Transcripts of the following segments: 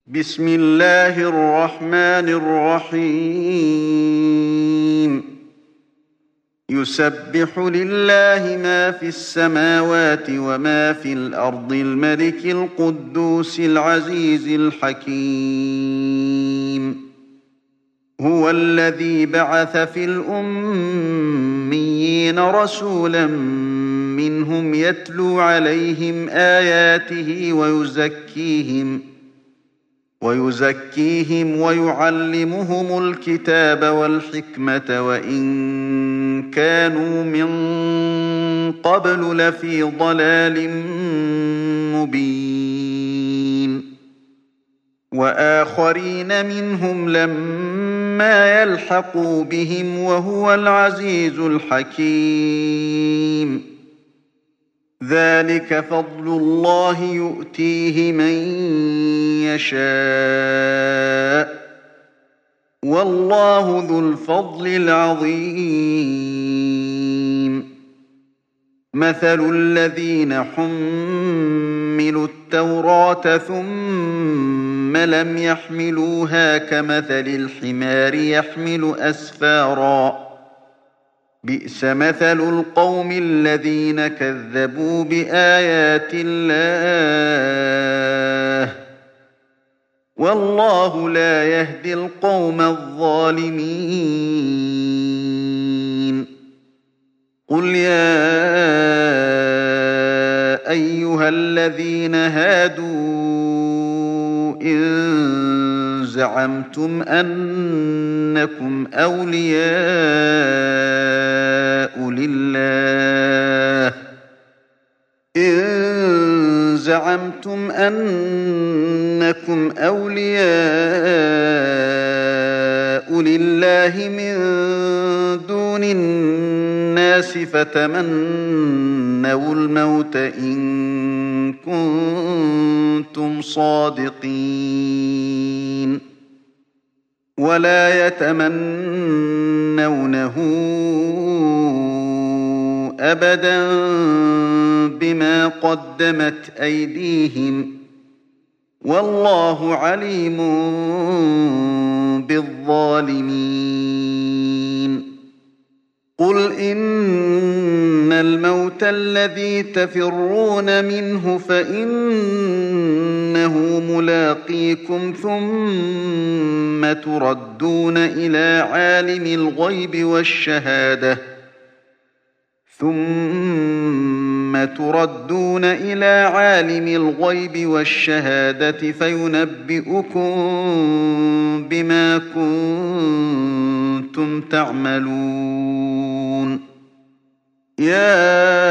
بسم الله الرحمن الرحيم يسبح لله ما في السماوات وما في الأرض الملك القدوس العزيز الحكيم هو الذي بعث في الأميين رسولا منهم يتلو عليهم آياته ويزكيهم ويعلمهم الكتاب والحكمة وإن كانوا من قبل لفي ضلال مبين وآخرين منهم لما يلحقوا بهم وهو العزيز الحكيم ذلك فضل الله يؤتيه من يشاء والله ذو الفضل العظيم مثل الذين حملوا التوراة ثم لم يحملوها كمثل الحمار يحمل أسفارا بئس مثل القوم الذين كذبوا بآيات الله والله لا يهدي القوم الظالمين قل يا أيها الذين هادوا إن زعمتم أنكم أولياء لله من دون الناس فتمنوا الموت إن كنتم صادقين ولا يتمنونه أبدا بما قدمت أيديهم والله عليم بالظالمين قل إن الموت الذي تفرون منه فإنه ملاقيكم ثم تردون إلى عالم الغيب والشهادة فينبئكم بما كنتم تعملون يا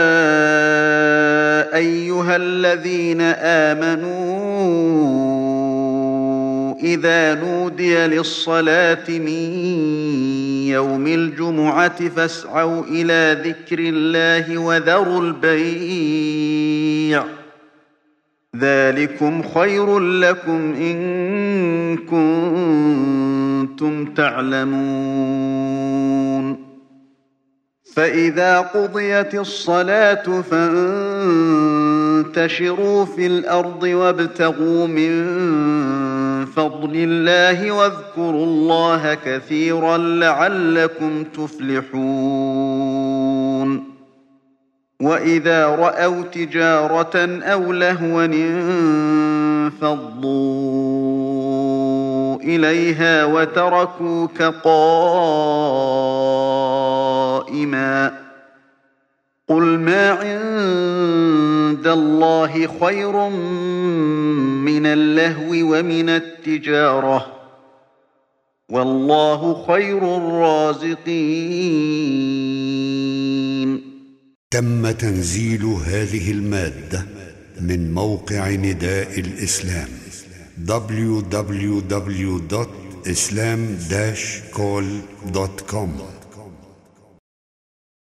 أيها الذين آمنوا إذا نودي للصلاة من يوم الجمعة فاسعوا إلى ذكر الله وذروا البيع ذلكم خير لكم إن كنتم تعلمون فإذا قضيت الصلاة فانتشروا في الأرض وابتغوا من فضل الله واذكروا الله كثيرا لعلكم تفلحون وإذا رأوا تجارة أو لهوا انفضوا إليها وتركوك قائما قل ما عند الله خير من اللهو ومن التجارة والله خير الرازقين. تم تنزيل هذه المادة من موقع نداء الإسلام www.islam-call.com